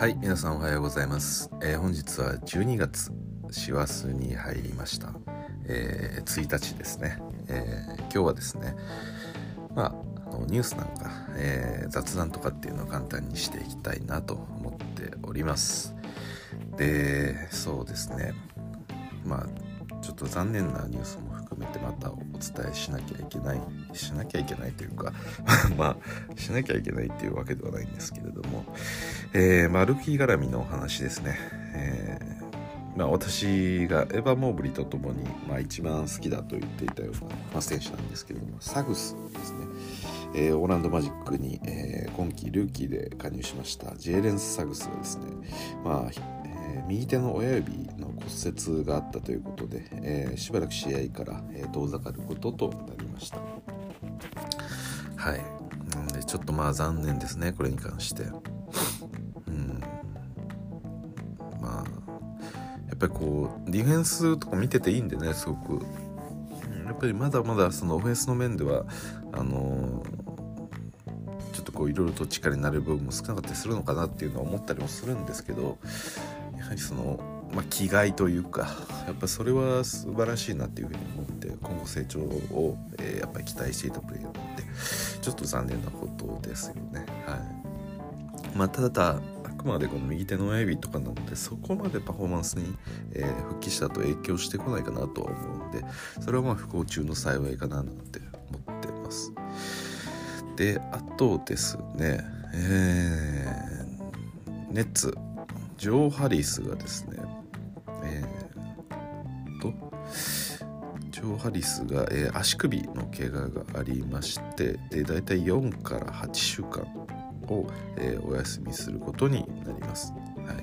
はい、皆さんおはようございます。本日は12月師走に入りました。1日ですね。今日はですね、ニュースなんか、雑談とかっていうのを簡単にしていきたいなと思っております。で、そうですね。ちょっと残念なニュースも含めてまたお伝えしなきゃいけないというかしなきゃいけないっていうわけではないんですけれども、ルフィ絡みのお話ですね。私がエヴァ・モーブリとともに、一番好きだと言っていたような、選手なんですけれども、サグスですね。オーランドマジックに、今季ルーキーで加入しましたジェーレンス・サグスはですね、右手の親指の骨折があったということで、しばらく試合から、遠ざかることとなりました。はい。なのでちょっと残念ですね、これに関して。やっぱりディフェンスとか見てていいんでね、すごく。やっぱりまだまだそのオフェンスの面ではちょっといろいろと力になる部分も少なかったりするのかなっていうのは思ったりもするんですけど、やはりその気概というか、やっぱそれは素晴らしいなっていうふうに思って、今後成長を、やっぱり期待していたプレーヤーなので、ちょっと残念なことですよね。はい。ただあくまでこの右手の親指とかなので、そこまでパフォーマンスに、復帰したと影響してこないかなとは思うので、それは不幸中の幸いかななんて思ってます。で、あとですね、ネッツジョー・ハリスがですね、ジョー・ハリスが、足首の怪我がありまして、でだいたい4から8週間を、お休みすることになります。はい。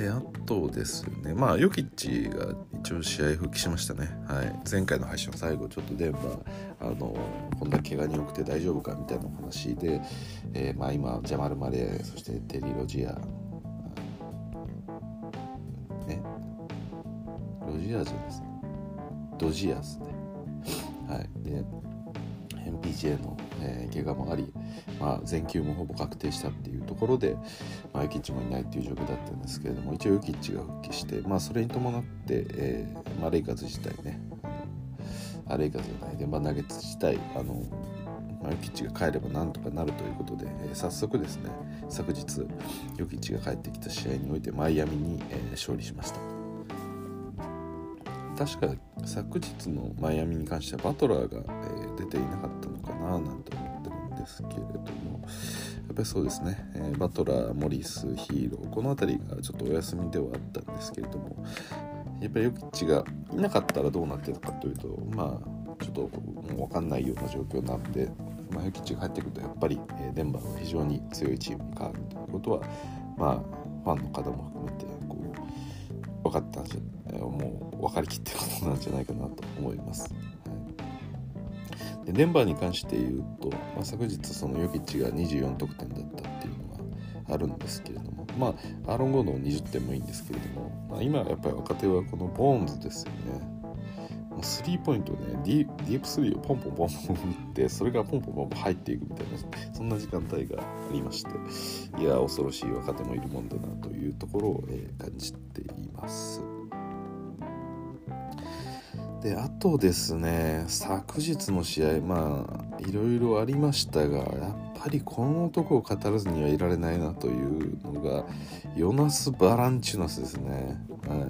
で、あとですね、ヨキッチが一応試合復帰しましたね。はい。前回の配信の最後、ちょっとデンバーこんな怪我に多くて大丈夫かみたいなお話で、今ジャマル・マレー、そしてテリー・ロジアね、ロジアーズですね、ドジアーズね。はい。で、MPJ の、怪我もあり、全休もほぼ確定したっていうところで、ヨキッチもいないっていう状況だったんですけれども、一応ヨキッチが復帰して、それに伴って、レイカーズ自体ね、レイカーズじゃないデンバーナゲッツ自体、ヨキッチが帰ればなんとかなるということで、早速ですね、昨日ヨキッチが帰ってきた試合においてマイアミに、勝利しました。確か昨日のマイアミに関してはバトラーが、出ていなかったのかななんて思ってるんですけれども、やっぱりそうですね、バトラー、モリス、ヒーロー、この辺りがちょっとお休みではあったんですけれども、やっぱりヨキッチがいなかったらどうなってたかというと、ちょっともう分かんないような状況なので、ヨキッチが帰ってくるとやっぱり、デンバーは非常に強いチームに変わるということは、ファンの方も含めて分かったんじゃ、もう分かりきってることなんじゃないかなと思います。はい、でデンバーに関して言うと、昨日そのヨキッチが24得点だったっていうのがあるんですけれども、アーロン・ゴードン20点もいいんですけれども、今やっぱり若手はこのボーンズですよね。スリーポイントね、ディープスリーをポンポンポンポン打って、それがポンポンポンポン入っていくみたいな、そんな時間帯がありまして、いや恐ろしい若手もいるもんだなというところを、感じています。で、あとですね、昨日の試合、いろいろありましたが、やっぱりこの男を語らずにはいられないなというのがヨナス・バランチュナスですね。はい、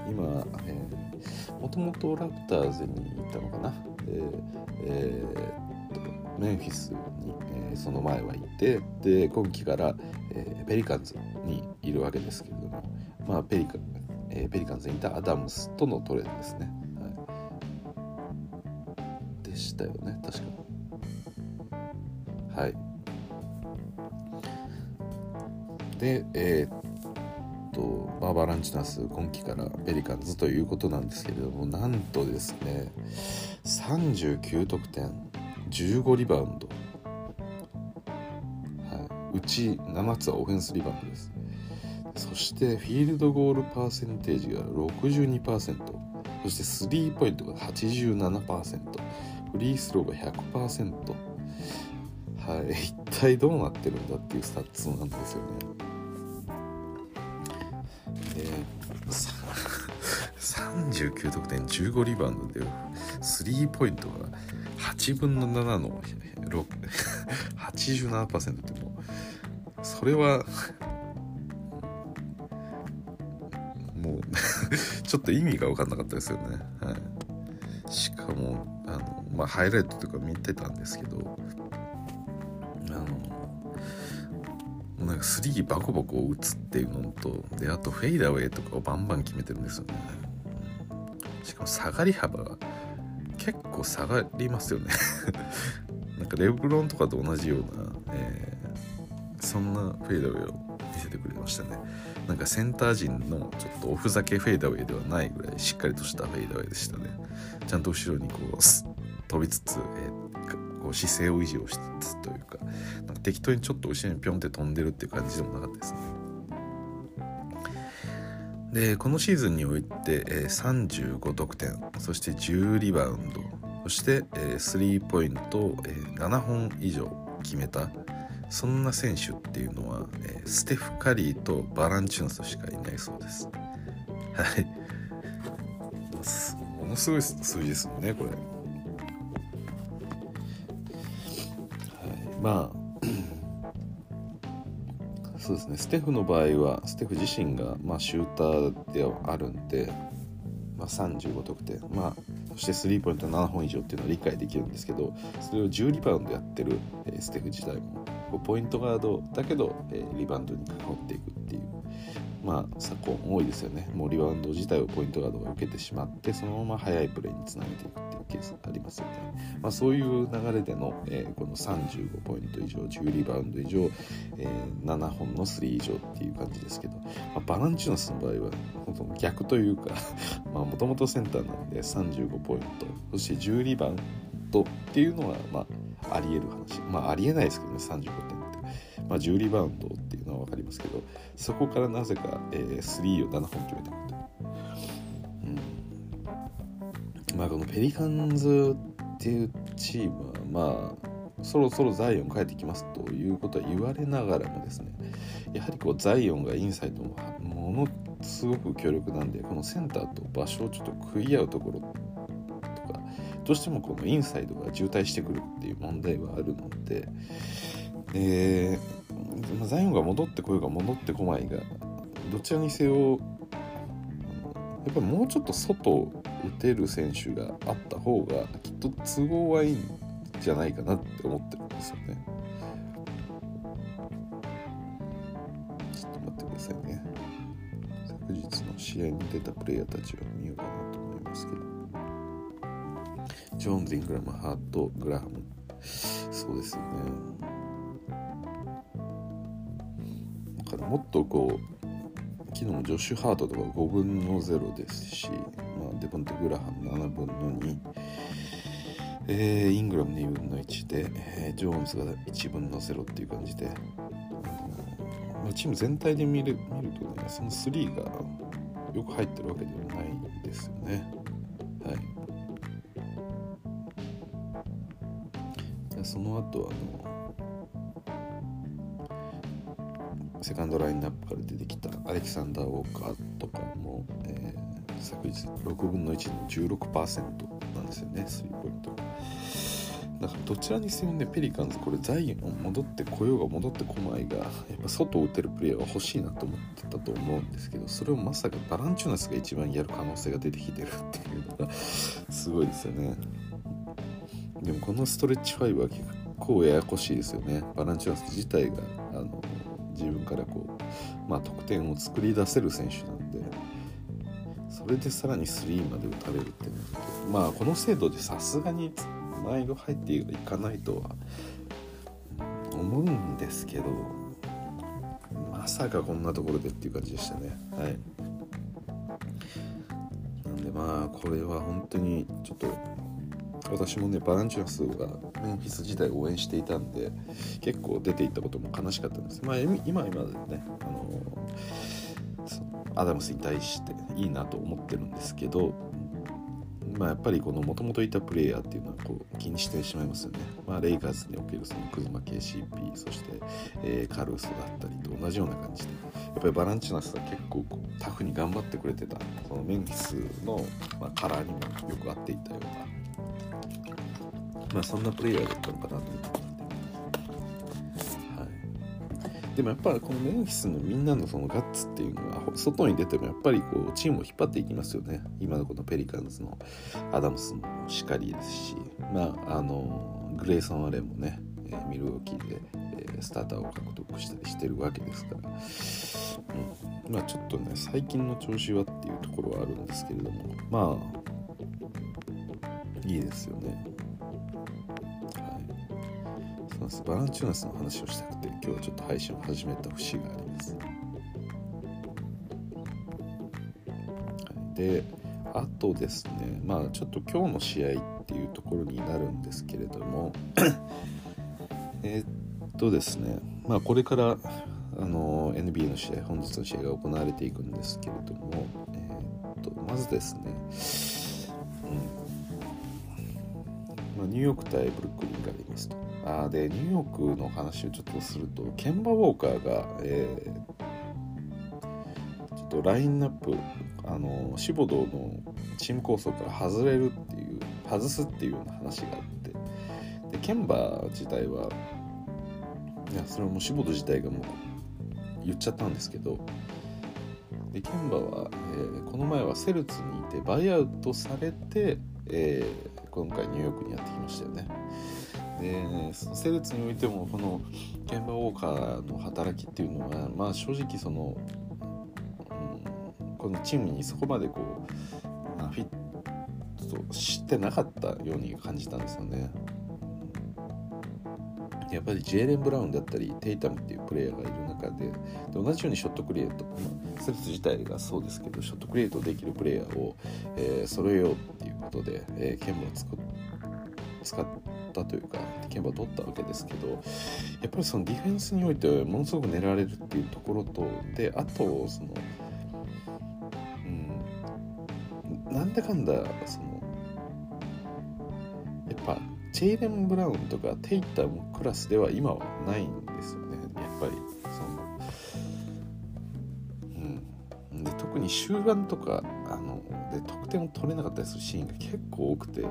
今、もともとラプターズにいたのかな、メンフィスに、その前はいて、で今季から、ペリカンズにいるわけですけれども、ペリカンズにいたアダムスとのトレードですね。でしたよね、確か。はい。で、バランチナス今季からペリカンズということなんですけれども、なんとですね、39得点15リバウンド、うち7つはオフェンスリバウンドです。そしてフィールドゴールパーセンテージが 62%、 そしてスリーポイントが 87%、 フリースローが 100%、 はい、一体どうなってるんだっていうスタッツなんですよね。39得点15リバウンドでスリーポイントが8分の7の 87% ってもうそれはもうちょっと意味が分かんなかったですよね。はい、しかもハイライトとか見てたんですけどなんかスリーバコバコ打つっていうのとであとフェイダーウェイとかをバンバン決めてるんですよね。しかも下がり幅が結構下がりますよねなんかレブロンとかと同じような、そんなフェイダーウェイを見せてくれましたね。なんかセンター陣のちょっとおふざけフェイダーウェイではないぐらいしっかりとしたフェイダーウェイでしたね。ちゃんと後ろにこう飛びつつ、こう姿勢を維持をしつつというか、なんか適当にちょっと後ろにピョンって飛んでるっていう感じでもなかったですね。でこのシーズンにおいて、35得点そして10リバウンドそして、スリーポイントを、7本以上決めたそんな選手っていうのは、ステフ・カリーとバランチュナスしかいないそうです。はい、ものすごい数字ですもんねこれ。はい、まあそうですね、ステフの場合はステフ自身が、シューターではあるんで、35得点、そしてスリーポイント7本以上っていうのは理解できるんですけど、それを10リバウンドやってる、ステフ自体もポイントガードだけど、リバウンドに関わっていくっていう昨今多いですよね。もうリバウンド自体をポイントガードが受けてしまってそのまま速いプレーにつなげていくっていうケースがありますよね。そういう流れでの、この35ポイント以上10リバウンド以上、7本のスリー以上っていう感じですけど、バランチュナスの場合は本当逆というかもともとセンターなんで35ポイントそして10リバウンドっていうのはありえる話、ありえないですけどね。35点って10リバウンドっていうのは分かりますけど、そこからなぜか、スリーを7本決めていくと、このペリカンズっていうチームはそろそろザイオン帰ってきますということは言われながらもですね、やはりこうザイオンがインサイドものすごく強力なんで、このセンターと場所をちょっと食い合うところとかどうしてもこのインサイドが渋滞してくるっていう問題はあるので、ザイオンが戻ってこようが戻ってこまいがどちらにせよやっぱりもうちょっと外を打てる選手があった方がきっと都合はいいんじゃないかなって思ってるんですよね。ちょっと待ってくださいね。昨日の試合に出たプレイヤーたちを見ようかなと思いますけど、ジョーンズ、イングラム、ハート、グラハム、そうですよね。だからもっとこう昨日のジョシュ・ハートとか5分の0ですし、デポンテ・グラハム7分の2、イングラム2分の1で、ジョーンズが1分の0っていう感じで、チーム全体で見るとね、その3がよく入ってるわけではないんですよね。はい。その後セカンドラインナップから出てきたアレキサンダー・ウォーカーとかも、昨日6分の1の 16% なんですよね、スリーポイント。だからどちらにせよね、ペリカンズこれザイオン戻ってこようが戻ってこまいがやっぱ外を打てるプレーヤーが欲しいなと思ってたと思うんですけど、それをまさかバランチュナスが一番やる可能性が出てきてるっていうのがすごいですよね。でもこのストレッチ5は結構ややこしいですよね。バランチュナス自体が自分からこう、得点を作り出せる選手なんで、それでさらに3まで打たれるってなると、この精度でさすがに毎度入っていかないとは思うんですけど、まさかこんなところでっていう感じでしたね。はい。なんでこれは本当にちょっと私もね、バランチュナスがメンフィス時代を応援していたんで結構出ていったことも悲しかったんです。今でね、アダムスに対していいなと思ってるんですけど、 やっぱりこの元々いたプレイヤーっていうのはこう気にしてしまいますよね。レイカーズにおけるそのクズマ KCP そして、カルーソだったりと同じような感じでやっぱりバランチュナスは結構タフに頑張ってくれてたそのメンフィスの、カラーにもよく合っていたような、そんなプレイヤーだったのかなと思ってます。でもやっぱりこのメンフィスのみんなのそのガッツっていうのは外に出てもやっぱりこうチームを引っ張っていきますよね。今のこのペリカンズのアダムスもしかりですし、グレイソン・アレンもね、ミルウォーキーで、スターターを獲得したりしてるわけですから、ちょっとね最近の調子はっていうところはあるんですけれどもいいですよね。バランチュナスの話をしたくて今日はちょっと配信を始めた節があります。であとですねちょっと今日の試合っていうところになるんですけれどもですねこれからNBA の試合本日の試合が行われていくんですけれどもまずですねニューヨーク対ブルックリンがありますと。でニューヨークの話をちょっとするとケンバ・ウォーカーが、ちょっとラインナップシボドーのチーム構想から外すっていうような話があってでケンバ自体はいやそれはもうシボドー自体がもう言っちゃったんですけどでケンバは、この前はセルツにいてバイアウトされて、今回ニューヨークにやってきましたよね。でセルツにおいてもこのケンバ・ウォーカーの働きっていうのは正直その、このチームにそこまでこう、フィットしてなかったように感じたんですよね。やっぱりジェイレン・ブラウンだったりテイタムっていうプレイヤーがいる中で同じようにショットクリエイト、セルツ自体がそうですけどショットクリエイトできるプレイヤーを、揃えようっていうことで、ケンバを使ったというかケンバを取ったわけですけどやっぱりそのディフェンスにおいてものすごく狙われるっていうところとであとその、なんだかんだそのやっぱジェイレン・ブラウンとかテイタムクラスでは今はないんですよね。やっぱりで特に終盤とかで得点を取れなかったりするシーンが結構多くてち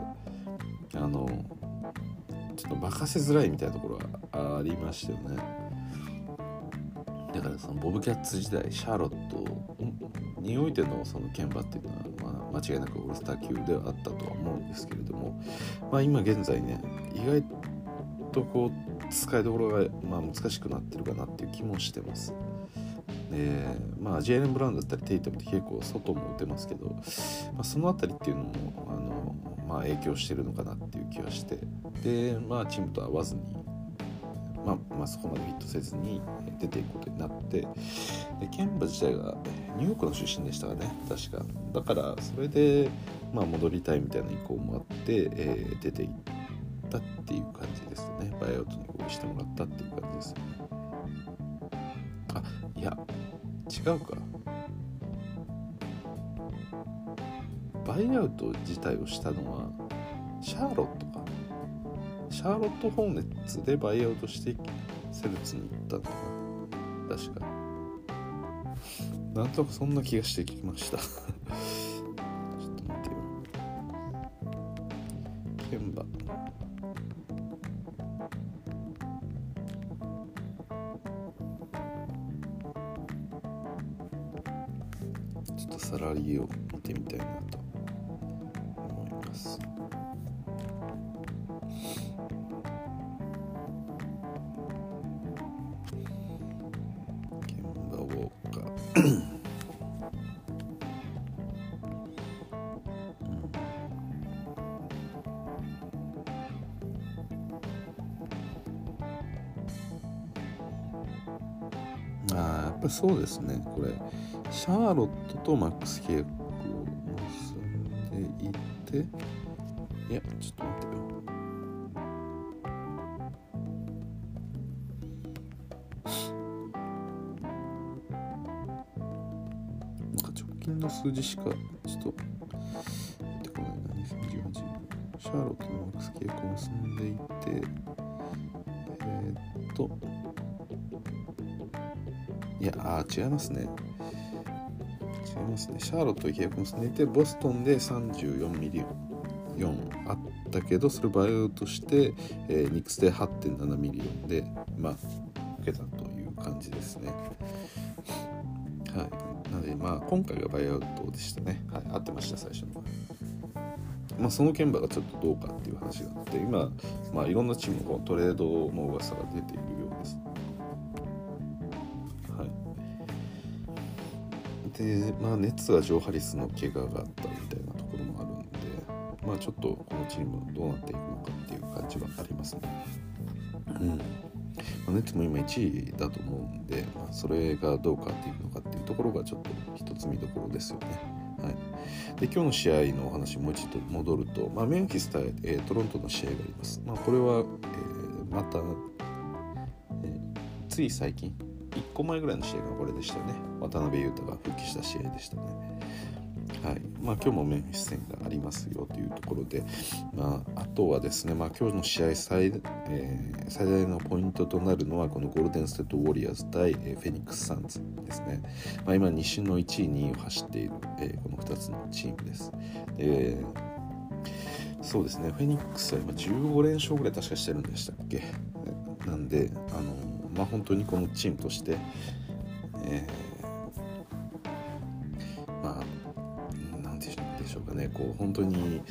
ょっと任せづらいみたいなところがありましたよね。だからそのボブキャッツ時代シャーロットにおいてのそのケンバっていうのは、間違いなくオールスター級ではあったとは思うんですけれども、今現在ね意外とこう使いどころが、難しくなってるかなっていう気もしてます。でジェイレン・ブラウンだったりテイタムって結構外も打てますけど、そのあたりっていうのも影響してるのかなっていう気はしてでチームと合わずにそこまでフィットせずに出ていくことになってでケンバ自体がニューヨークの出身でしたかね確かだからそれで戻りたいみたいな意向もあって、出ていったっていう感じですね。バイアウトに合意してもらったっていう感じですよね。いや違うかバイアウト自体をしたのはシャーロットかシャーロット・ホーネッツでバイアウトしてセルツに行ったのかな確かなんとなくそんな気がしてきましたちょっと待ってよケンバちょっとサラリーを見てみたいなと思います。ケンバ・ウォーカーやっぱりそうですね。これシャーロットとマックス契約を結んでいていやちょっと待ってよなんか直近の数字しかちょっと出てこないな。 シャーロットのマックス契約を結んでいて、違いますね。シャーロットと契約を結んでいて、ボストンで34ミリオンあったけど、それをバイアウトして、ニックスで 8.7 ミリオンで受けたという感じですね。はい。なので今回がバイアウトでしたね。はい、合ってました、最初に。その件場がちょっとどうかっていう話があって、今、いろんなチームのトレードの噂が出ているようです。はい。で、ネッツはジョー・ハリスの怪我があったみたいなところもあるんで、ちょっとこのチームどうなっていくのかっていう感じはありますね。ネッツも今1位だと思うんで、それがどうかっていうのかっていうところがちょっと一つ見どころですよね。はい。で、今日の試合のお話もう一度戻ると、メンフィス対、トロントの試合があります。これは、また、つい最近1個前ぐらいの試合がこれでしたよね。渡辺裕太が復帰した試合でしたね。はい。今日もメンフィス戦がありますよというところで、あとはですね、今日の試合最大のポイントとなるのはこのゴールデンステートウォリアーズ対、フェニックスサンズですね。今西の1位2位を走っている、この2つのチームです。そうですね、フェニックスは今15連勝ぐらい確かしてるんでしたっけ。なんで本当にこのチームとして、なんでしょうかね、本当にもう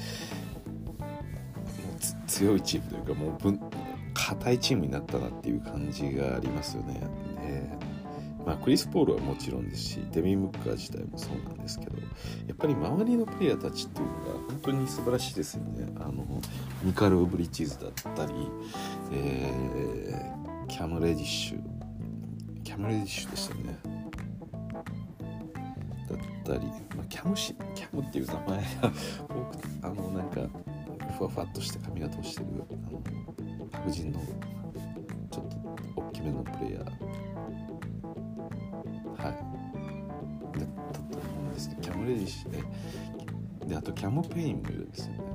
強いチームというか、もう硬いチームになったなっていう感じがありますよね。クリス・ポールはもちろんですし、デビン・ブッカー自体もそうなんですけど、やっぱり周りのプレイヤーたちっていうのが本当に素晴らしいですよね。ミカル・ブリッジーズだったり、キャム・レディッシュでしたよね。だったり、キャムっていう名前が多くて、なんかふわふわっとして髪型をしてる白人のちょっと大きめのプレイヤー、だったと思うんですけど、キャム・レディッシュで、あとキャム・ペインもいるんですよね。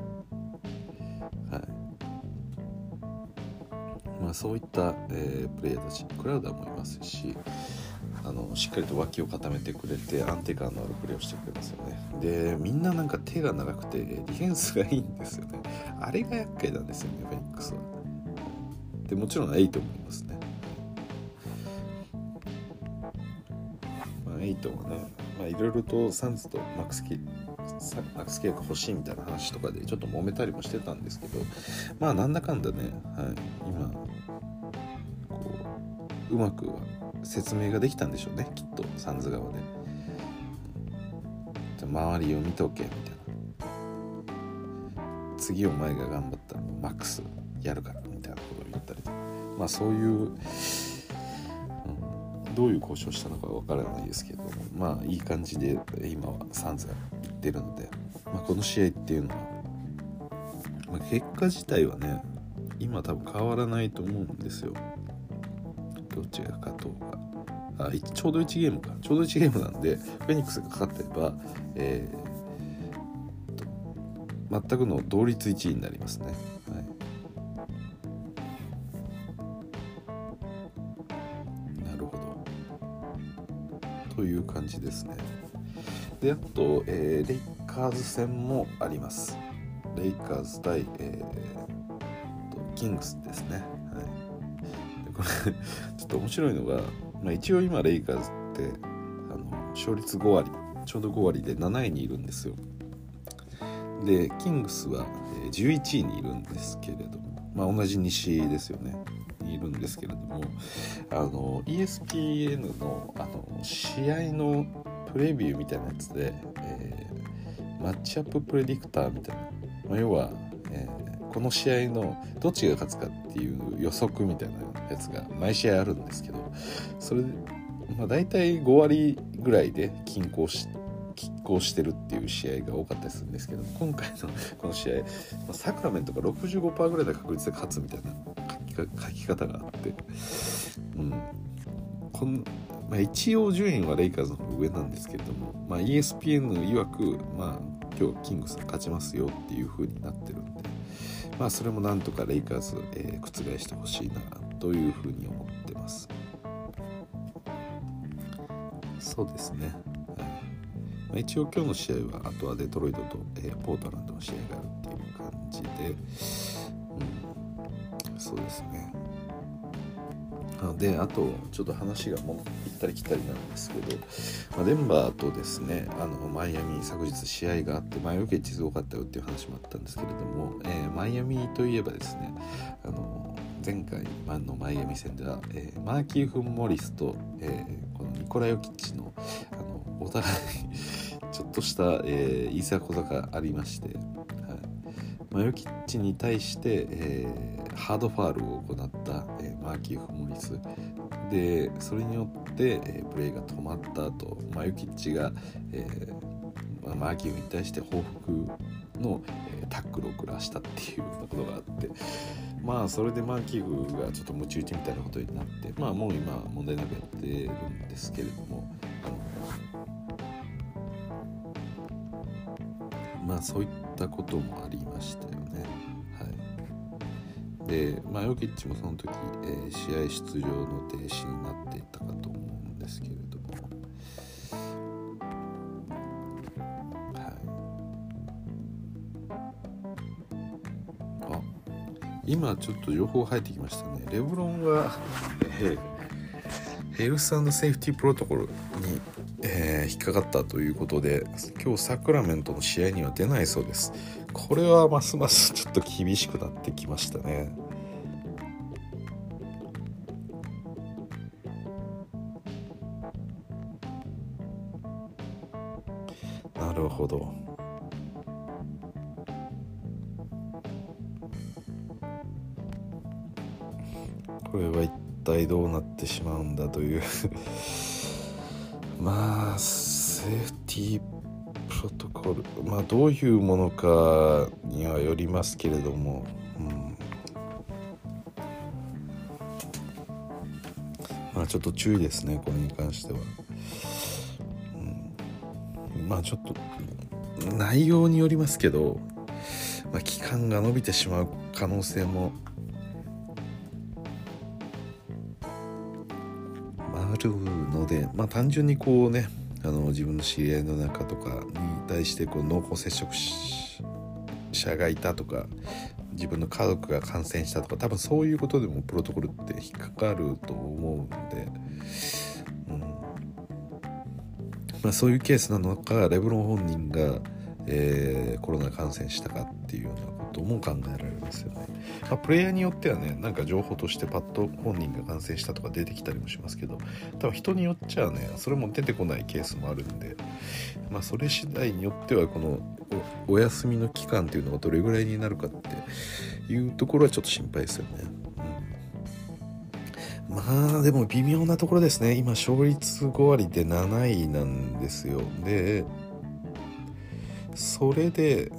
そういった、プレイヤーたち、クラウダーもいますし、しっかりと脇を固めてくれて安定感のあるプレーをしてくれますよね。で、みんななんか手が長くてディフェンスがいいんですよね。あれが厄介なんですよね、フェニックスは。で、もちろんエイトもいますね。エイトもね、いろいろとサンズとマックス契約欲しいみたいな話とかでちょっと揉めたりもしてたんですけど、なんだかんだね、今うまく説明ができたんでしょうね、きっとサンズ側で。周りを見とけみたいな、次お前が頑張ったらマックスやるからみたいなことを言ったりと、そういう、どういう交渉したのかわからないですけども、いい感じで今はサンズがいってるので、この試合っていうのは、結果自体はね、今多分変わらないと思うんですよ。どっちが勝とうか。ちょうど1ゲームなんで、フェニックスが勝ってれば、全くの同率1位になりますね。なるほど。という感じですね。で、あと、レイカーズ戦もあります。レイカーズ対、キングスですね。で、これちょっと面白いのが、一応今レイカーズって勝率5割、ちょうど5割で7位にいるんですよ。で、キングスは11位にいるんですけれども、同じ西ですよね、にいるんですけれども、ESPN の試合のプレビューみたいなやつで、マッチアッププレディクターみたいな、要は、この試合のどっちが勝つかっていう予測みたいなやつが毎試合あるんですけど、それで、大体5割ぐらいで拮抗してるっていう試合が多かったりするんですけど、今回のこの試合、サクラメントが 65% ぐらいで確率で勝つみたいな書き方があって、一応順位はレイカーズの方が上なんですけれども、ESPN 曰く、今日キングスが勝ちますよっていう風になってるんで、 それもなんとかレイカーズ、覆してほしいなというふうに思ってます。そうですね、一応今日の試合はあとはデトロイトと、ポートランドの試合があるっていう感じで、そうですね。であとちょっと話がもう行ったり来たりなんですけど、デンバーとですねマイアミ昨日試合があって、ヨキッチすごかったよっていう話もあったんですけれども、マイアミといえばですね前回のマイアミ戦では、マーキー・フン・モリスと、このニコラ・ヨキッチのお互いちょっとした、いざこざがありまして、ヨキッチに対して、ハードファールを行った、マーキー・フモリスで、それによって、プレーが止まった後、ヨキッチが、マーキーフに対して報復の、タックルを下したっていうようなことがあって、それでマーキーフがちょっとムチ打ちみたいなことになって、もう今問題なくやってるんですけれども、そういったこともありましたよね。で、ヨキッチもその時、試合出場の停止になっていたかと思うんですけれども、今ちょっと情報入ってきましたね。レブロンが、ヘルス&セーフティープロトコルに、引っかかったということで、今日サクラメントの試合には出ないそうです。これはますますちょっと厳しくなってきましたね。なるほど。これは一体どうなってしまうんだというセーフティープロトコル、どういうものかにはよりますけれども、ちょっと注意ですね、これに関しては。ちょっと内容によりますけど、期間が延びてしまう可能性もあるので、単純にこうね、自分の知り合いの中とかに対してこう濃厚接触者がいたとか、自分の家族が感染したとか、多分そういうことでもプロトコルって引っかかると思うんで、そういうケースなのか、レブロン本人が、コロナ感染したかっていうようなことも考えられますよね。プレイヤーによってはね、なんか情報としてパッと本人が感染したとか出てきたりもしますけど、多分人によっちゃね、それも出てこないケースもあるんで、それ次第によってはこの お休みの期間っていうのがどれぐらいになるかっていうところはちょっと心配ですよね。でも微妙なところですね。今勝率5割で7位なんですよ。でそれで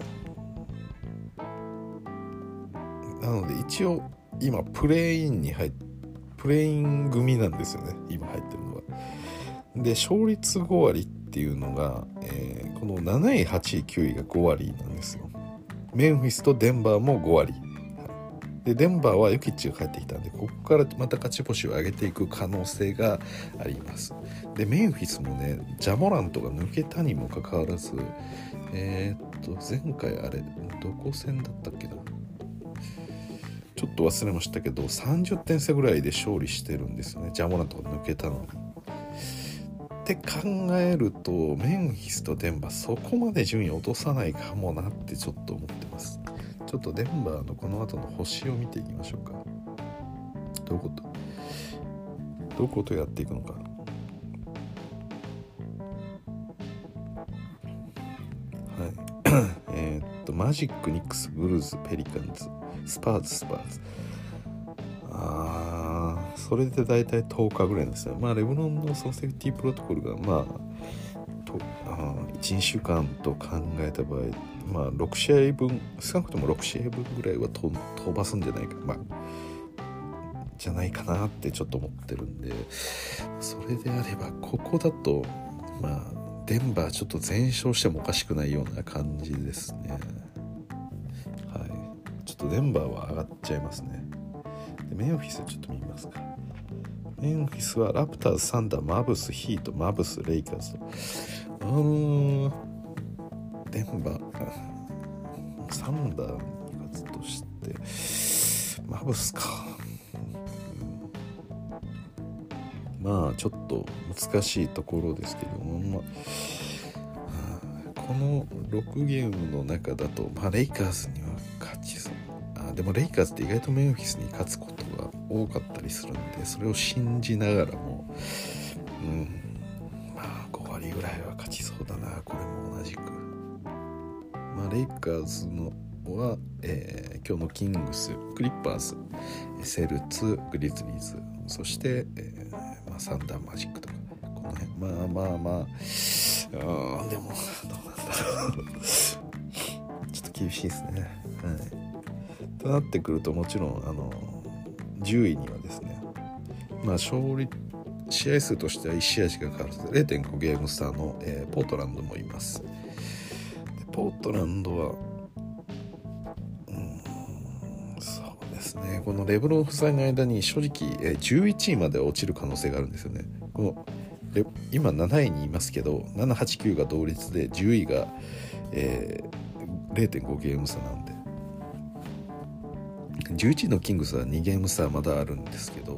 なので一応今プレイン組なんですよね、今入ってるのは。で勝率5割っていうのが、この7位8位9位が5割なんですよ。メンフィスとデンバーも5割で、デンバーはヨキッチが帰ってきたんで、ここからまた勝ち星を上げていく可能性があります。でメンフィスもね、ジャモラントが抜けたにもかかわらず、前回あれどこ戦だったっけな、ちょっと忘れましたけど30点差ぐらいで勝利してるんですよね、ジャモラントが抜けたのに。って考えるとメンフィスとデンバーそこまで順位落とさないかもなってちょっと思ってます。ちょっとデンバーのこの後の星を見ていきましょうか。どういうことやっていくのか。マジック、ニックス、ブルーズ、ペリカンズ、スパーズ。それでだいたい10日ぐらいですね。レブロンのそのセーフティープロトコルが1,2 週間と考えた場合、6試合分、少なくとも6試合分ぐらいは飛ばすんじゃないか、じゃないかなってちょっと思ってるんで、それであればここだとデンバーちょっと全勝してもおかしくないような感じですね。ちょっとデンバーは上がっちゃいますね。でメンフィスちょっと見ますか。メンフィスはラプターズ、サンダー、マブス、ヒート、マブス、レイカーズとデンバーサンダーに勝つとしてマブスか、まあちょっと難しいところですけども、この6ゲームの中だと、レイカーズには勝ちそう。でもレイカーズって意外とメンフィスに勝つことが多かったりするんで、それを信じながらも、5割ぐらいは勝ちそうだな。これも同じく。レイカーズのは、今日のキングス、クリッパーズ、セルツ、グリズリーズ、そして、サンダーマジックとか、この辺でもどうなんだろうちょっと厳しいですね。となってくると、もちろん10位にはですね、勝利試合数としては1試合しか変わらず 0.5 ゲーム差の、ポートランドもいます。でポートランドはそうですね、このレブロン不在の間に正直、11位まで落ちる可能性があるんですよね。今7位にいますけど、7、8、9が同率で10位が、0.5 ゲーム差なんで、11位のキングスは2ゲーム差まだあるんですけど、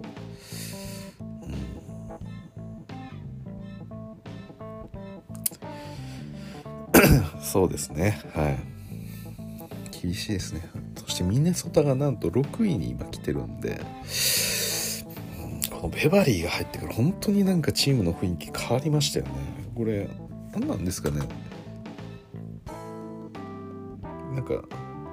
そうですね、厳しいですね。そしてミネソタがなんと6位に今来てるんで、このベバリーが入ってから本当になんかチームの雰囲気変わりましたよね。これ何なんですかね。なんか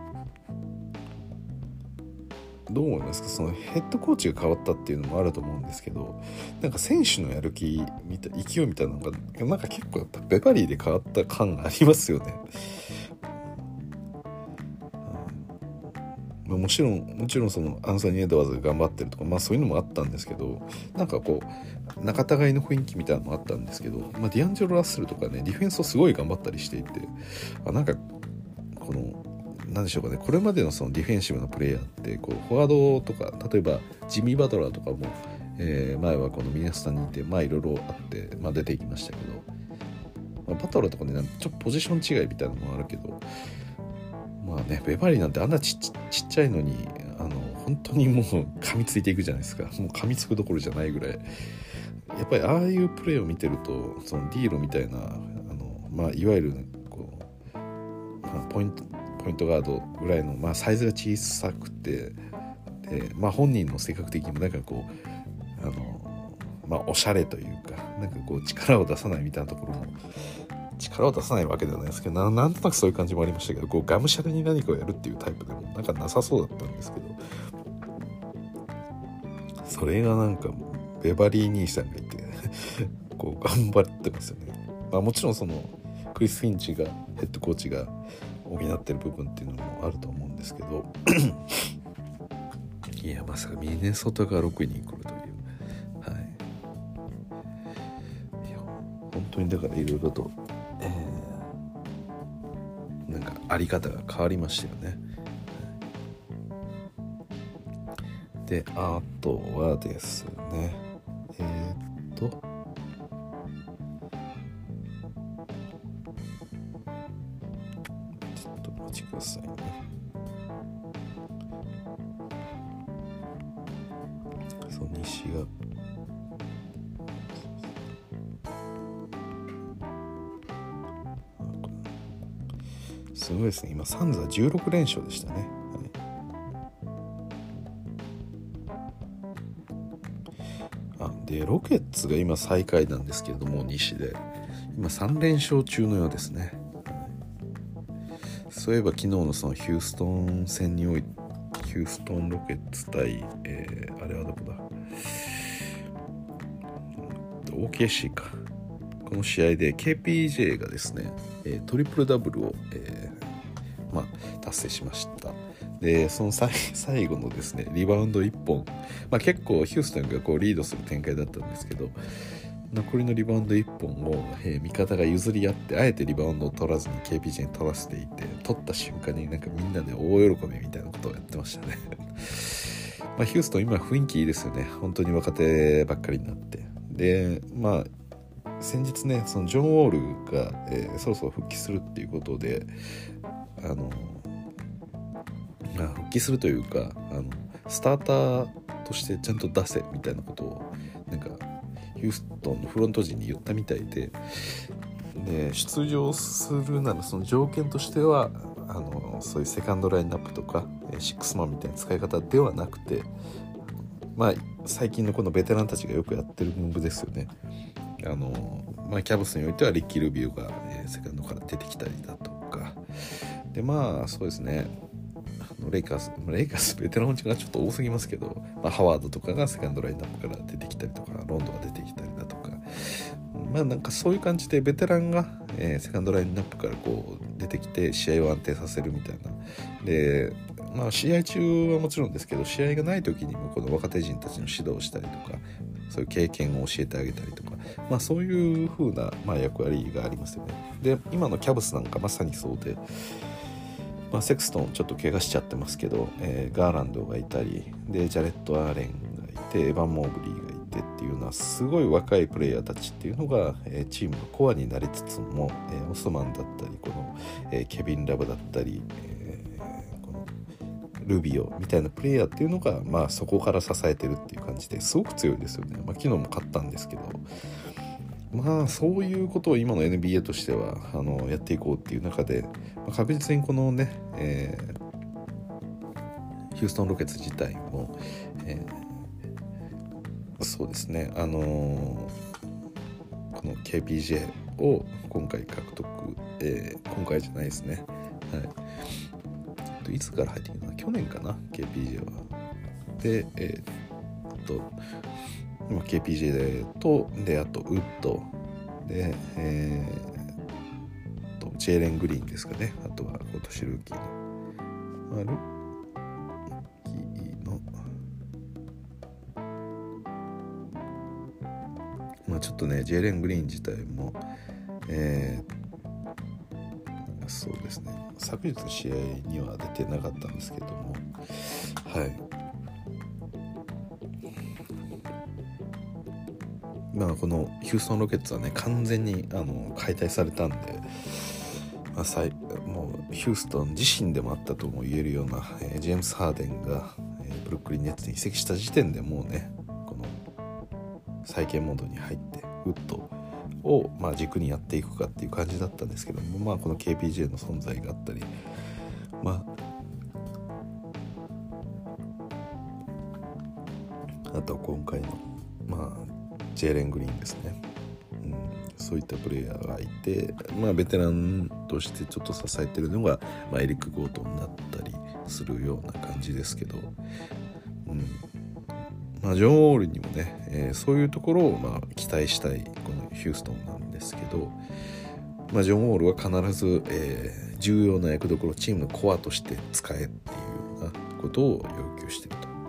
どう思いますか。そのヘッドコーチが変わったっていうのもあると思うんですけど、なんか選手のやる気勢いみたいなのがなんか結構やっぱベバリーで変わった感がありますよね。もちろんそのアンソニー・エドワーズが頑張ってるとか、そういうのもあったんですけど、なんかこう仲違いの雰囲気みたいなのもあったんですけど、ディアンジェロ・ラッセルとかね、ディフェンスをすごい頑張ったりしていて、なんかこのなんでしょうかね、これまでのそのディフェンシブなプレイヤーってこうフォワードとか、例えばジミー・バトラーとかも、前はこのミネソタにいていろいろあって、出ていきましたけど、バトラーとかねちょっとポジション違いみたいなのもあるけど、ベバリーなんてあんなちっちゃいのに本当にもう噛みついていくじゃないですか。もう噛みつくどころじゃないぐらい、やっぱりああいうプレーを見てると、そのディーロみたいないわゆるこう、ポイントガードぐらいの、サイズが小さくて、で、本人の性格的にもなんかこうおしゃれというか、なんかこう力を出さないみたいなところも、力を出さないわけではないですけど、なんとなくそういう感じもありましたけど、こうがむしゃらに何かをやるっていうタイプでもなんかなさそうだったんですけど、それがなんかベバリー兄さんがいてこう頑張ってますよね。もちろんそのクリス・フィンチがヘッドコーチが補ってる部分っていうのもあると思うんですけどいや、まさかミネソタが6位に来るという、いや本当にだからいろいろと、なんかあり方が変わりましたよね。で、あとはですね、ちょっとお待ちくださいね。そう、西がすごいですね。今サンズは16連勝でしたね。でロケッツが今最下位なんですけれども、西で今3連勝中のようですね。そういえば昨日のそのヒューストン戦において、ヒューストンロケッツ対、あれはどこだ、OKC か。この試合で KPJ がですね、トリプルダブルを、達成しました。でその最後のですねリバウンド1本、結構ヒューストンがこうリードする展開だったんですけど、 残りのリバウンド1本を、味方が譲り合ってあえてリバウンドを取らずに KPJ に取らせていて、取った瞬間になんかみんなで大喜びみたいなことをやってましたねヒューストン今雰囲気いいですよね。本当に若手ばっかりになって、で先日ねそのジョン・ウォールが、そろそろ復帰するっていうことで復帰するというかスターターとしてちゃんと出せみたいなことをなんかヒューストンのフロント陣に言ったみたいで、出場するならその条件としてはそういうセカンドラインナップとかシックスマンみたいな使い方ではなくて、最近のこのベテランたちがよくやってるムーブですよね。キャブスにおいてはリッキー・ルビオが、セカンドから出てきたりだとかで、そうですね、レイカーズベテラン落ちがちょっと多すぎますけど、ハワードとかがセカンドラインナップから出てきたりとか、ロンドが出てきたりだとか、なんかそういう感じでベテランが、セカンドラインナップからこう出てきて試合を安定させるみたいな。で試合中はもちろんですけど、試合がない時にもこの若手陣たちの指導をしたりとか、そういう経験を教えてあげたりとか、そういう風な、役割がありますよね。で今のキャブスなんかまさにそうで、セクストンちょっと怪我しちゃってますけど、ガーランドがいたりで、ジャレット・アーレンがいて、エヴァン・モーブリーがいてっていうのはすごい若いプレイヤーたちっていうのが、チームのコアになりつつも、オスマンだったりこの、ケビン・ラブだったり、このルビオみたいなプレイヤーっていうのが、そこから支えてるっていう感じですごく強いですよね。昨日も勝ったんですけど、そういうことを今の NBA としてはやっていこうっていう中で、確実にこのね、ヒューストンロケッツ自体も、そうですねこの KPJ を今回獲得、今回じゃないですね、いつから入ってきたの？去年かな KPJ は。でKPJ であとウッドで、ジェーレン・グリーンですかね。あとは今年ルーキーの、ちょっとねジェーレン・グリーン自体も、そうですね、昨日の試合には出てなかったんですけども、このヒューストンロケッツはね完全に解体されたんで、もうヒューストン自身でもあったとも言えるような、ジェームス・ハーデンが、ブルックリン・ネッツに移籍した時点でもうねこの再建モードに入ってウッドを、軸にやっていくかっていう感じだったんですけども、この KPJ の存在があったり、あと今回のジェーレン・グリーンですね、そういったプレイヤーがいて、ベテランとしてちょっと支えてるのが、エリック・ゴートンだったりするような感じですけど、ジョン・ウォールにもね、そういうところを期待したいこのヒューストンなんですけど、ジョン・ウォールは必ず、重要な役どころ、チームのコアとして使えっていうようなことを要求していると。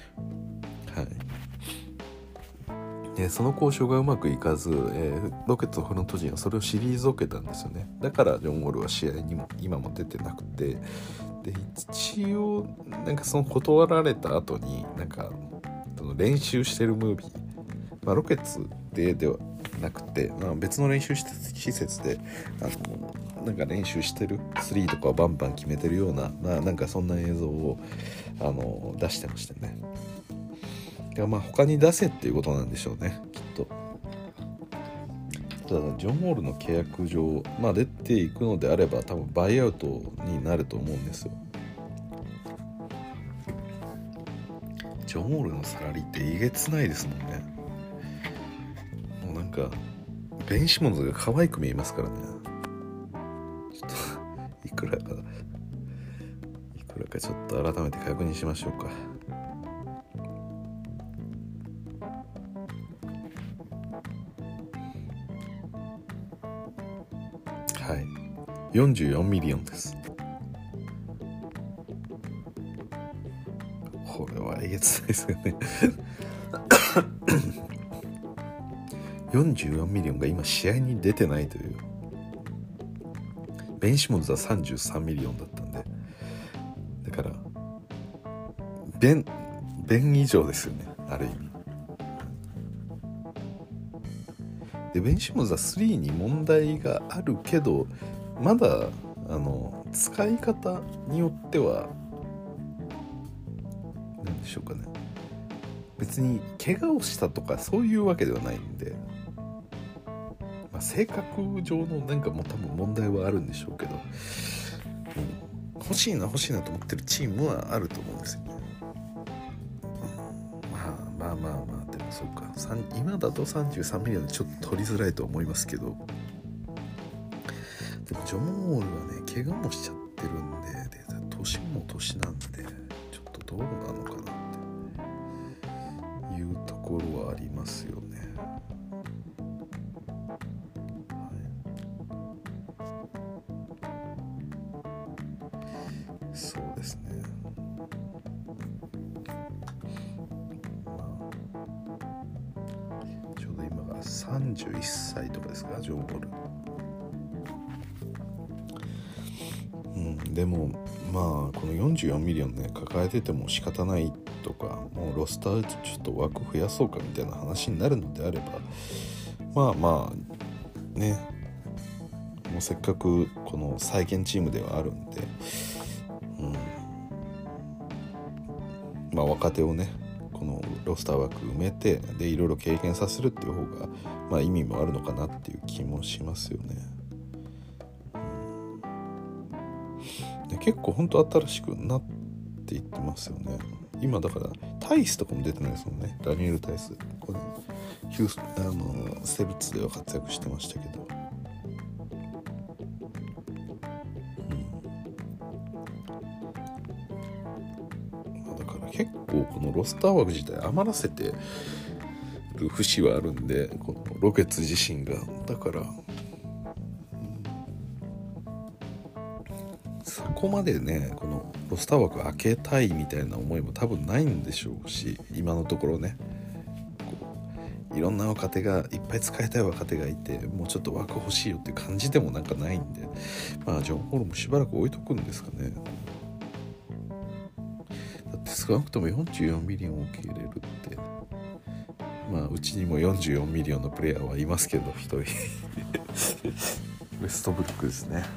でその交渉がうまくいかず、ロケッツのフロント陣はそれを退けたんですよね。だからジョン・ウォールは試合にも今も出てなくて、で一応なんかその断られた後になんかその練習してるムービー、ロケッツではなくて、別の練習施設でなんか練習してるスリーとかをバンバン決めてるような、なんかそんな映像を出してましたね。他に出せっていうことなんでしょうね、きっと。ただジョン・ウォールの契約上、出ていくのであれば多分バイアウトになると思うんですよ。ジョン・ウォールのサラリーってえげつないですもんね。もうなんかベン・シモンズが可愛く見えますからね。ちょっといくらかちょっと改めて確認しましょうか。44ミリオンです。これはえげつないですよね 44ミリオンが今試合に出てないという。ベン・シモンズは33ミリオンだったんで、だからベン以上ですよね、ある意味で。ベン・シモンズは3に問題があるけど、まだ使い方によっては何でしょうかね、別に怪我をしたとかそういうわけではないんで、性格上のなんかも多分問題はあるんでしょうけど、欲しいなと思ってるチームはあると思うんですよね。まあでもそうか、今だと33ミリオンでちょっと取りづらいと思いますけど、でもジョモールはね怪我もしちゃってるんで、年も年なんでちょっとどうなのかなっていうところはありますよね。そうですね。ちょうど今が31歳とかですか、ジョン・ウォール。でもこの44ミリオンね抱えてても仕方ないとか、もうロスターちょっと枠増やそうかみたいな話になるのであれば、ね、もうせっかくこの再建チームではあるんで、若手をねこのロスター枠埋めて、でいろいろ経験させるっていう方が意味もあるのかなっていう気もしますよね。で結構本当新しくなっていってますよね。今だからタイスとかも出てないですもんね。ダニエル・タイス、これセブツでは活躍してましたけど、だから結構このロスター枠自体余らせてる節はあるんで、このロケッツ自身がだから、そこまでねこのロスター枠開けたいみたいな思いも多分ないんでしょうし、今のところねいろんな若手がいっぱい使いたい若手がいて、もうちょっと枠欲しいよっていう感じでもなんかないんで、ジョン・ホールもしばらく置いとくんですかね。だって少なくとも44ミリオンを受け入れるって、うちにも44ミリオンのプレイヤーはいますけど、一人ウェストブルックですね。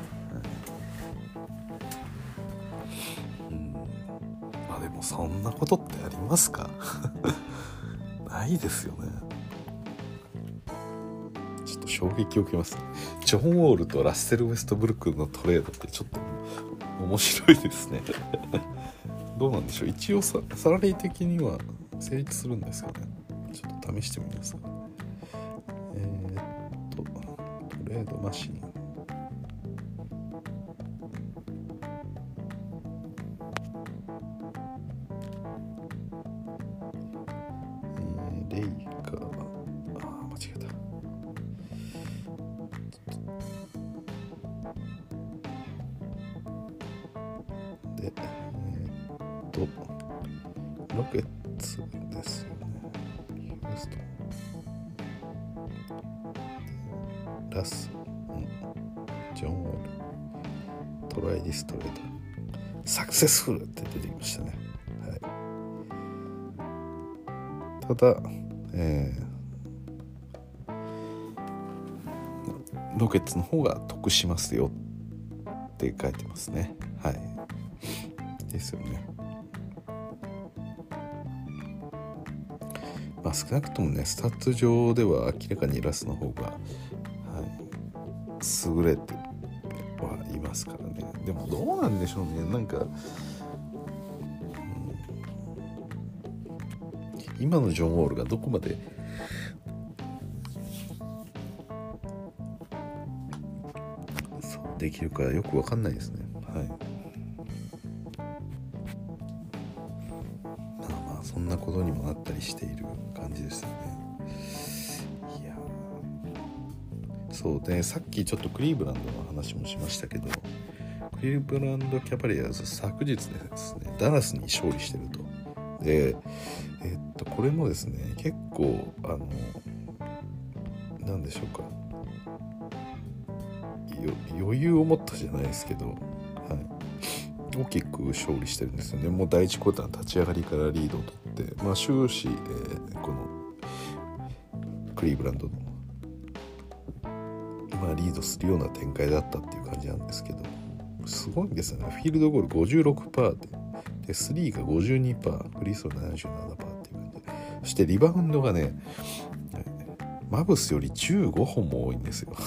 でもそんなことってありますかないですよね。ちょっと衝撃を受けます。ジョン・ウォールとラッセル・ウェストブルックのトレードってちょっと面白いですねどうなんでしょう。一応サラリー的には成立するんですかね。ちょっと試してみます。トレードマシン、レイカー、間違えた。でロケッツですよね。ヒューストン、ラス、ジョン・ウォール、トライディストレート、サクセスフルって出てきましたね。ただ、ロケッツの方が得しますよって書いてますね。ですよね。少なくともねスタッツ上では明らかにラスの方が、優れてはいますからね。でもどうなんでしょうね。なんか、今のジョン・ウォールがどこまでできるかよく分かんないですね。そんなことにもなったりしている感じですよね。いや、そうで、さっきちょっとクリーブランドの話もしましたけど、クリーブランドキャバリアーズ昨日ですねダラスに勝利してると。でこれもですね結構なんでしょうか、余裕を持ったじゃないですけど、はい、大きく勝利してるんですよね。もう第1クォーターの立ち上がりからリードを取って、終始、このクリーブランドの、リードするような展開だったっていう感じなんですけど、すごいんですよね。フィールドゴール 56% でスリーが 52%、フリースロー 77% っていう感じで、そしてリバウンドがね、マブスより15本も多いんですよ。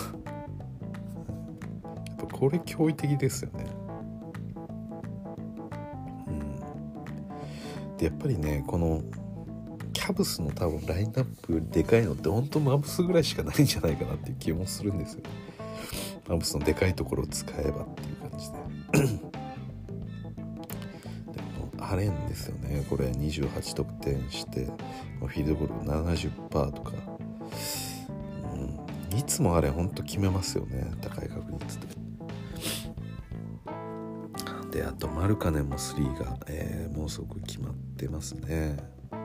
やっぱこれ驚異的ですよね。でやっぱりね、このキャブスの多分ラインナップよりでかいのって本当マブスぐらいしかないんじゃないかなっていう気もするんですよ。マブスのでかいところを使えばっていう感じで。アレンですよね。これ28得点してフィールドゴール 70% とか、いつもあれほんと決めますよね、高い確率で。であとマルカネンも3が、もうすぐ決まってますね。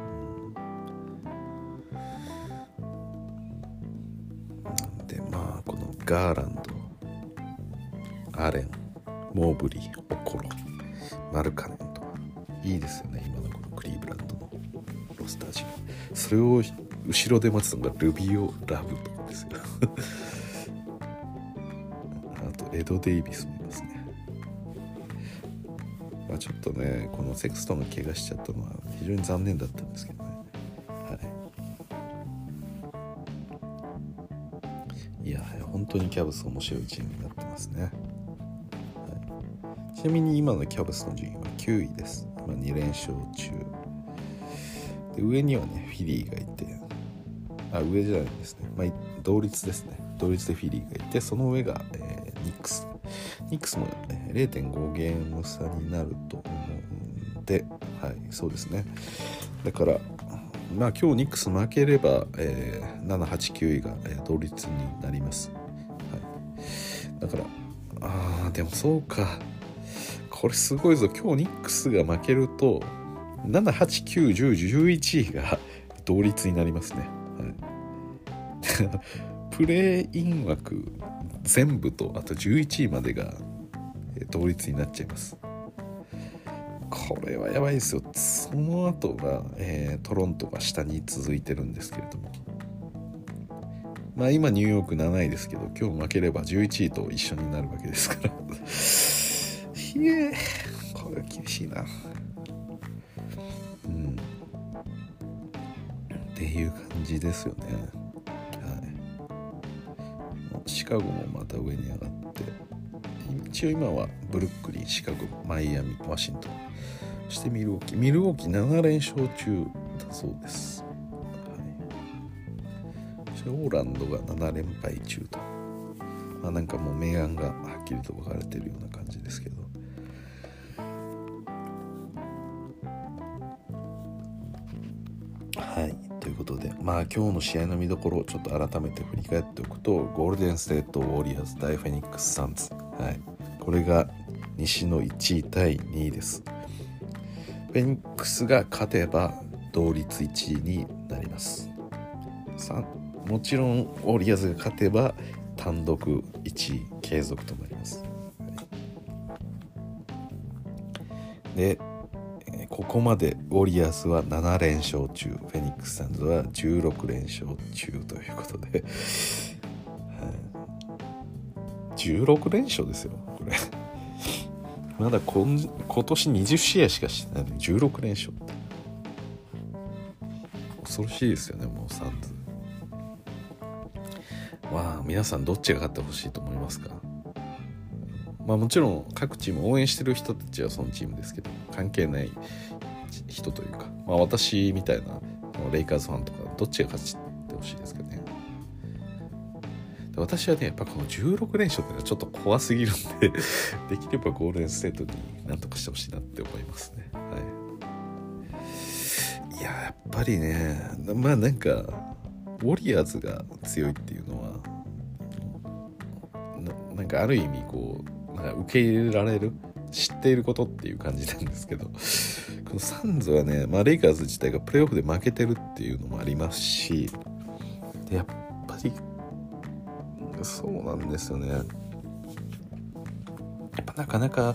なんでこのガーランド、アレン、モーブリー、オコロ、マルカネンとかいいですよね。今のこのクリーブランドのロスター陣、それを後ろで待つのがルビオ・ラブとかですよ。あとエド・デイビスもいますね。ちょっとね、このセクストンが怪我しちゃったのは非常に残念だったんですけどね。いや本当にキャブス面白いチームになってますね。ちなみに今のキャブスの順位は9位です。2連勝中で、上にはねフィリーがいて、上じゃないですね、同率ですね。同率でフィリーがいて、その上が、ニックスも、0.5 ゲーム差になると思うんで、そうですね。だから今日ニックス負ければ、7、8、9位が、同率になります。だからでもそうか、これすごいぞ。今日ニックスが負けると7、8、9、10、11位が同率になりますね。プレーイン枠全部とあと11位までが同率になっちゃいます。これはやばいですよ。その後が、トロントが下に続いてるんですけれども、今ニューヨーク7位ですけど、今日負ければ11位と一緒になるわけですからこれは厳しいな。っていう感じですよね。シカゴもまた上に上がって、一応今はブルックリン、シカゴ、マイアミ、ワシントン、そしてミルウォーキー7連勝中だそうです。そしてオーランドが7連敗中と、なんかもう明暗がはっきりと分かれてるような感じですけど、ということで、今日の試合の見どころをちょっと改めて振り返っておくと、ゴールデンステートウォリアーズ対フェニックスサンズ、これが西の1位対2位です。フェニックスが勝てば同率1位になります。もちろんウォリアーズが勝てば単独1位継続となります。でここまでウォリアーズは7連勝中、フェニックスサンズは16連勝中ということで、16連勝ですよこれ。まだ今年20試合しかしてないのに16連勝って恐ろしいですよね。もうサンズ、皆さんどっちが勝ってほしいと思いますか？もちろん各チーム応援してる人たちはそのチームですけど、関係ない人というか、私みたいなレイカーズファンとかどっちが勝ってほしいですかね。で私はね、やっぱこの16連勝ってのはちょっと怖すぎるんでできればゴールデンステートになんとかしてほしいなって思いますね。いややっぱりね、なんかウォリアーズが強いっていうのはなんかある意味こう受け入れられる、知っていることっていう感じなんですけど、このサンズはね、レイカーズ自体がプレーオフで負けてるっていうのもありますし、でやっぱりそうなんですよね。やっぱなかなか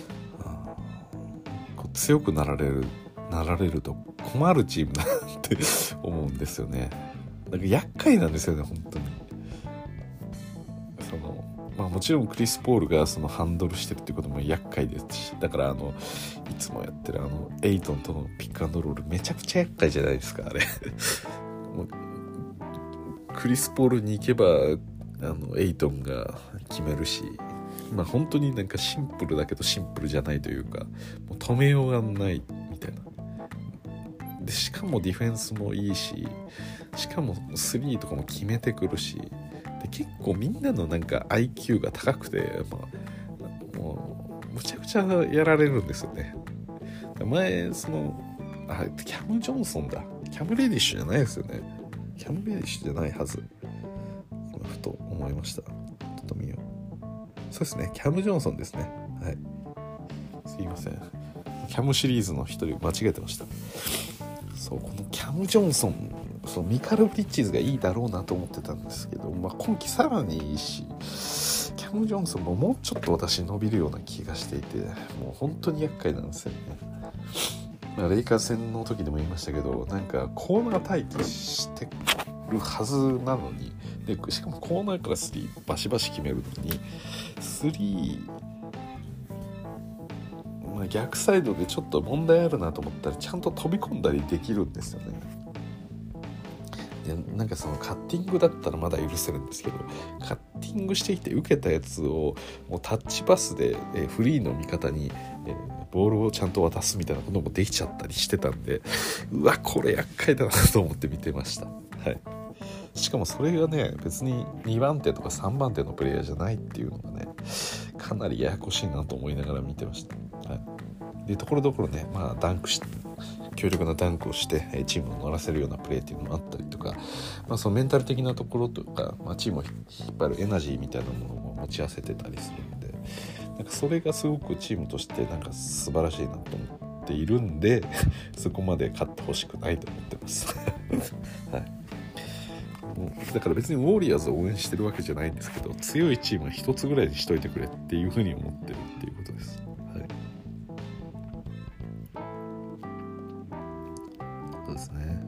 こう強くなられると困るチームだって思うんですよね。なんか厄介なんですよね本当に。もちろんクリス・ポールがそのハンドルしてるってことも厄介ですし、だからいつもやってるエイトンとのピックアンドロールめちゃくちゃ厄介じゃないですかあれもうクリス・ポールに行けばエイトンが決めるし、本当になんかシンプルだけどシンプルじゃないというか、もう止めようがないみたいな。でしかもディフェンスもいいし、しかもスリーとかも決めてくるし、で結構みんなのなんか IQ が高くて、もうむちゃくちゃやられるんですよね。前キャム・ジョンソンだ、キャム・レディッシュじゃないですよね。キャム・レディッシュじゃないはず、今ふと思いました。ちょっと見よう。そうですね、キャム・ジョンソンですね。はい、すいません、キャムシリーズの一人間違えてました。そう、このキャム・ジョンソン、ミカル・ブリッジーズがいいだろうなと思ってたんですけど、今季さらにいいし、キャム・ジョンソンももうちょっと私伸びるような気がしていて、もう本当に厄介なんですよね。レイカーズ戦の時でも言いましたけど、なんかコーナー待機してるはずなのに、でしかもコーナーからスリーバシバシ決めるのに、スリー、逆サイドでちょっと問題あるなと思ったらちゃんと飛び込んだりできるんですよね。でなんかそのカッティングだったらまだ許せるんですけど、カッティングしてきて受けたやつをもうタッチパスで、フリーの味方に、ボールをちゃんと渡すみたいなこともできちゃったりしてたんで、うわこれ厄介だなと思って見てました。はい。しかもそれがね、別に2番手とか3番手のプレイヤーじゃないっていうのがね、かなりややこしいなと思いながら見てました。はい、でところどころね、ダンクして強力なダンクをしてチームを乗らせるようなプレーっていうのもあったりとか、そのメンタル的なところとか、チームを引っ張るエナジーみたいなものも持ち合わせてたりするんで、なんかそれがすごくチームとしてなんか素晴らしいなと思っているんでそこまで勝ってほしくないと思ってますはい。だから別にウォリアーズを応援してるわけじゃないんですけど、強いチームは一つぐらいにしといてくれっていうふうに思ってるっていうことです。はい、そうですね。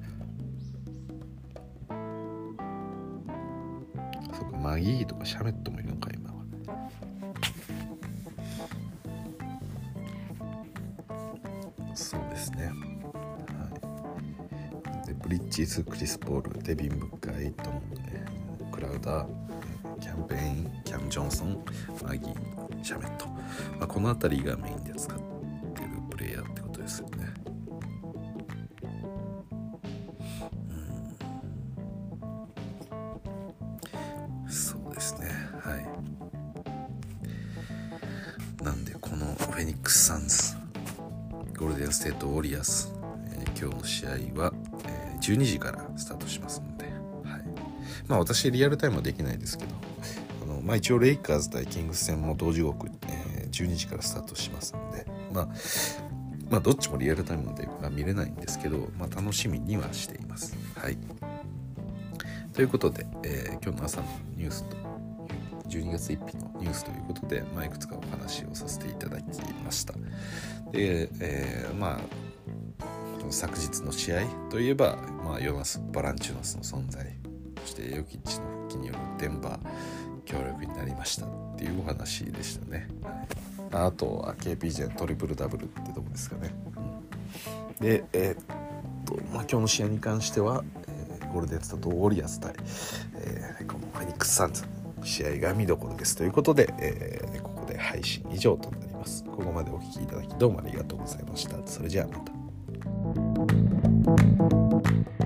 そうか、マギーとかシャメットもいるのか今は。そうですね。ブリッジーズ、クリス・ポール、デビン・ブッカー、エイトン、クラウダー、キャンペーン、キャム・ジョンソン、マギー、シャメット、この辺りがメインで使ってるプレイヤーってことですよね。そうですね。はい。なんでこのフェニックス・サンズ、ゴールデンステート・ウォリアーズ、今日の試合は12時からスタートしますので、はい、私リアルタイムはできないですけど、一応レイカーズ対キングス戦も同時刻、12時からスタートしますので、どっちもリアルタイムでは見れないんですけど、楽しみにはしています。はい。ということで、今日の朝のニュースと12月1日のニュースということで、いくつかお話をさせていただきました。で、昨日の試合といえば、ヨナス・バランチュナスの存在、そしてヨキッチの復帰によるデンバー協力になりましたっていうお話でしたね。あとは KPJ のトリプルダブルってとこですかね。で、今日の試合に関しては、ゴールデンステートウォリアーズ対、このフェニックス・サンズ試合が見どころですということで、ここで配信以上となります。ここまでお聞きいただきどうもありがとうございました。それじゃあまた。